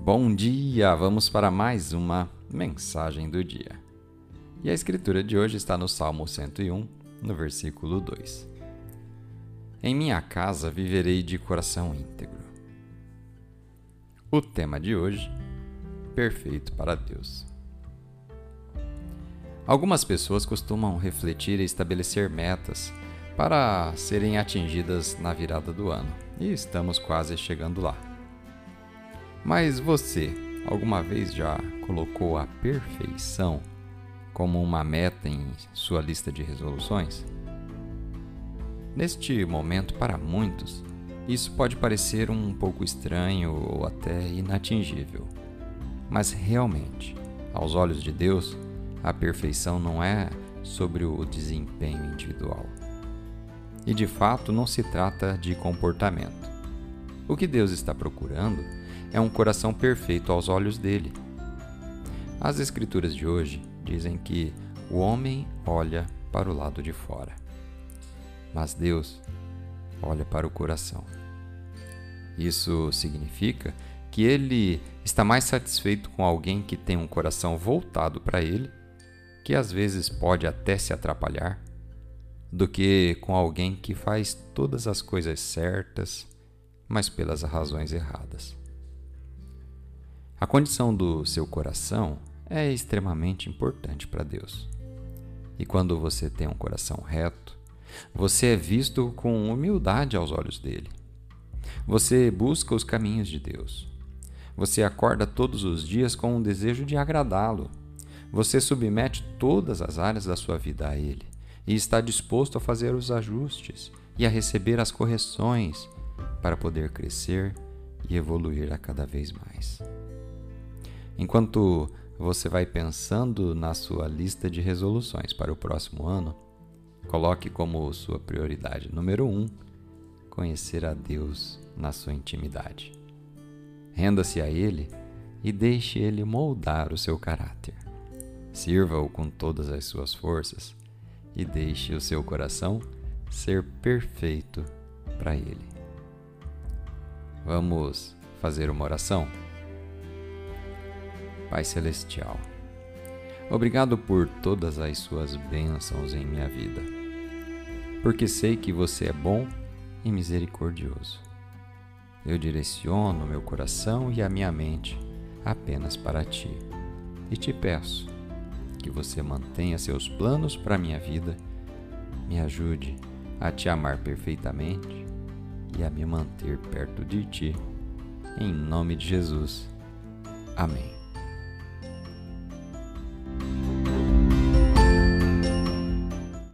Bom dia! Vamos para mais uma mensagem do dia. E a escritura de hoje está no Salmo 101, no versículo 2. Em minha casa viverei de coração íntegro. O tema de hoje, perfeito para Deus. Algumas pessoas costumam refletir e estabelecer metas para serem atingidas na virada do ano, e estamos quase chegando lá. Mas você, alguma vez já colocou a perfeição como uma meta em sua lista de resoluções? Neste momento, para muitos, isso pode parecer um pouco estranho ou até inatingível. Mas realmente, aos olhos de Deus, a perfeição não é sobre o desempenho individual. E de fato, não se trata de comportamento. O que Deus está procurando é um coração perfeito aos olhos dele. As escrituras de hoje dizem que o homem olha para o lado de fora, mas Deus olha para o coração. Isso significa que ele está mais satisfeito com alguém que tem um coração voltado para ele, que às vezes pode até se atrapalhar, do que com alguém que faz todas as coisas certas, mas pelas razões erradas. A condição do seu coração é extremamente importante para Deus. E quando você tem um coração reto, você é visto com humildade aos olhos dele. Você busca os caminhos de Deus. Você acorda todos os dias com um desejo de agradá-lo. Você submete todas as áreas da sua vida a ele e está disposto a fazer os ajustes e a receber as correções para poder crescer e evoluir a cada vez mais. Enquanto você vai pensando na sua lista de resoluções para o próximo ano, coloque como sua prioridade número 1, conhecer a Deus na sua intimidade. Renda-se a Ele e deixe Ele moldar o seu caráter. Sirva-o com todas as suas forças e deixe o seu coração ser perfeito para Ele. Vamos fazer uma oração? Pai Celestial, obrigado por todas as suas bênçãos em minha vida, porque sei que você é bom e misericordioso. Eu direciono meu coração e a minha mente apenas para Ti e te peço que você mantenha seus planos para a minha vida, me ajude a Te amar perfeitamente e a me manter perto de Ti. Em nome de Jesus. Amém.